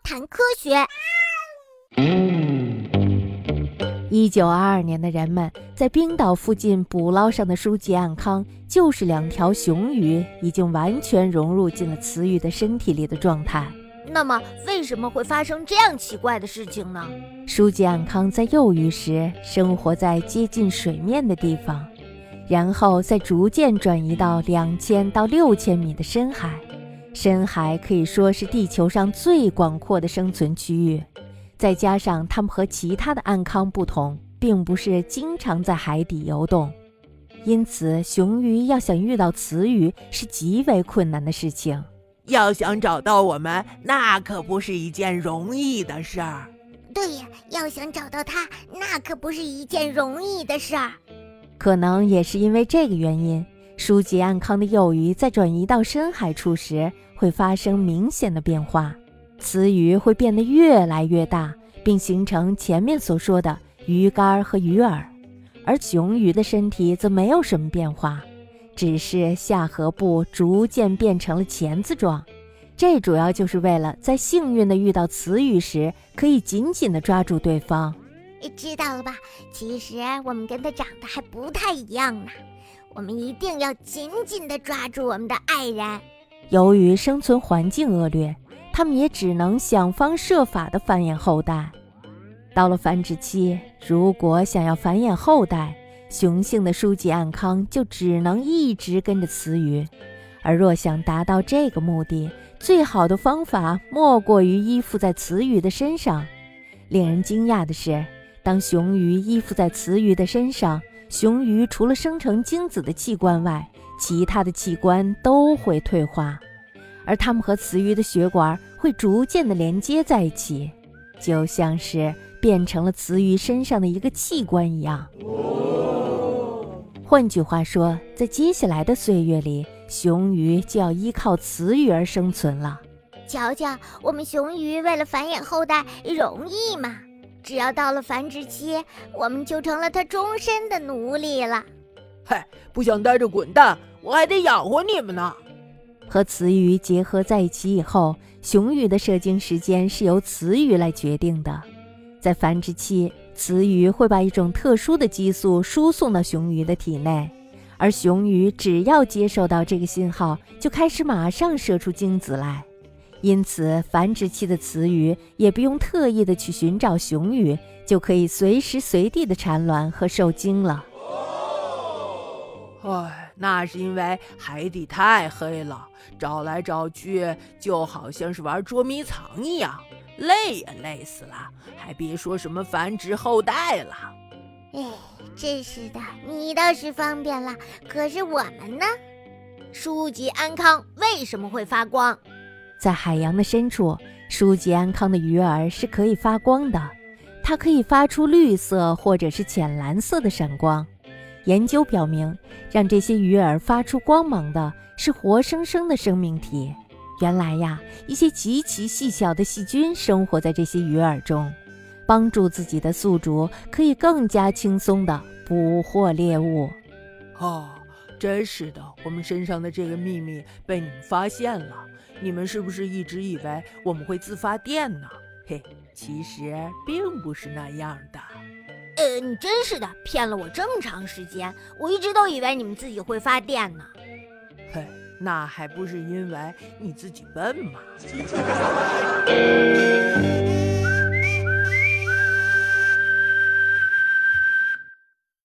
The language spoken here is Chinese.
谈科学。 1922年的人们在冰岛附近捕捞上的书籍暗康，就是2条雄鱼已经完全融入进了雌鱼的身体里的状态。 那么为什么会发生这样奇怪的事情呢？ 书籍暗康在幼鱼时生活在接近水面的地方，然后再逐渐转移到2000到6000米的深海。深海可以说是地球上最广阔的生存区域，再加上它们和其他的暗康不同，并不是经常在海底游动，因此雄鱼要想遇到雌鱼是极为困难的事情。 要想找到我们，那可不是一件容易的事儿。 对呀，要想找到它，那可不是一件容易的事儿。 可能也是因为这个原因，书籍暗康的幼鱼在转移到深海处时会发生明显的变化，雌鱼会变得越来越大，并形成前面所说的鱼竿和鱼饵，而雄鱼的身体则没有什么变化，只是下颌部逐渐变成了钳子状，这主要就是为了在幸运地遇到雌鱼时可以紧紧地抓住对方。 知道了吧？其实我们跟它长得还不太一样呢，我们一定要紧紧地抓住我们的爱人。 由于生存环境恶劣，它们也只能想方设法地繁衍后代。到了繁殖期，如果想要繁衍后代，雄性的书籍暗康就只能一直跟着雌鱼，而若想达到这个目的，最好的方法莫过于依附在雌鱼的身上。令人惊讶的是，当雄鱼依附在雌鱼的身上，雄鱼除了生成精子的器官外，其他的器官都会退化，而它们和雌鱼的血管会逐渐地连接在一起，就像是变成了雌鱼身上的一个器官一样。换句话说，在接下来的岁月里，雄鱼就要依靠雌鱼而生存了。 瞧瞧，我们雄鱼为了繁衍后代容易吗？只要到了繁殖期，我们就成了它终身的奴隶了。 嗨，不想待着滚蛋，我还得养活你们呢。 和雌鱼结合在一起以后，雄鱼的射精时间是由雌鱼来决定的。在繁殖期，雌鱼会把一种特殊的激素输送到雄鱼的体内，而雄鱼只要接受到这个信号，就开始马上射出精子来。因此，繁殖期的雌鱼也不用特意的去寻找雄鱼，就可以随时随地的产卵和受精了。 那是因为海底太黑了，找来找去就好像是玩捉迷藏一样，累也累死了，还别说什么繁殖后代了。 真是的，你倒是方便了，可是我们呢？书籍安康为什么会发光？ 在海洋的深处，书籍安康的鱼饵是可以发光的，它可以发出绿色或者是浅蓝色的闪光。研究表明，让这些鱼饵发出光芒的是活生生的生命体。原来呀，一些极其细小的细菌生活在这些鱼饵中，帮助自己的宿主可以更加轻松地捕获猎物。 真是的，我们身上的这个秘密被你们发现了。你们是不是一直以为我们会自发电呢？其实并不是那样的。 你真是的，骗了我这么长时间，我一直都以为你们自己会发电呢。 那还不是因为你自己笨吗？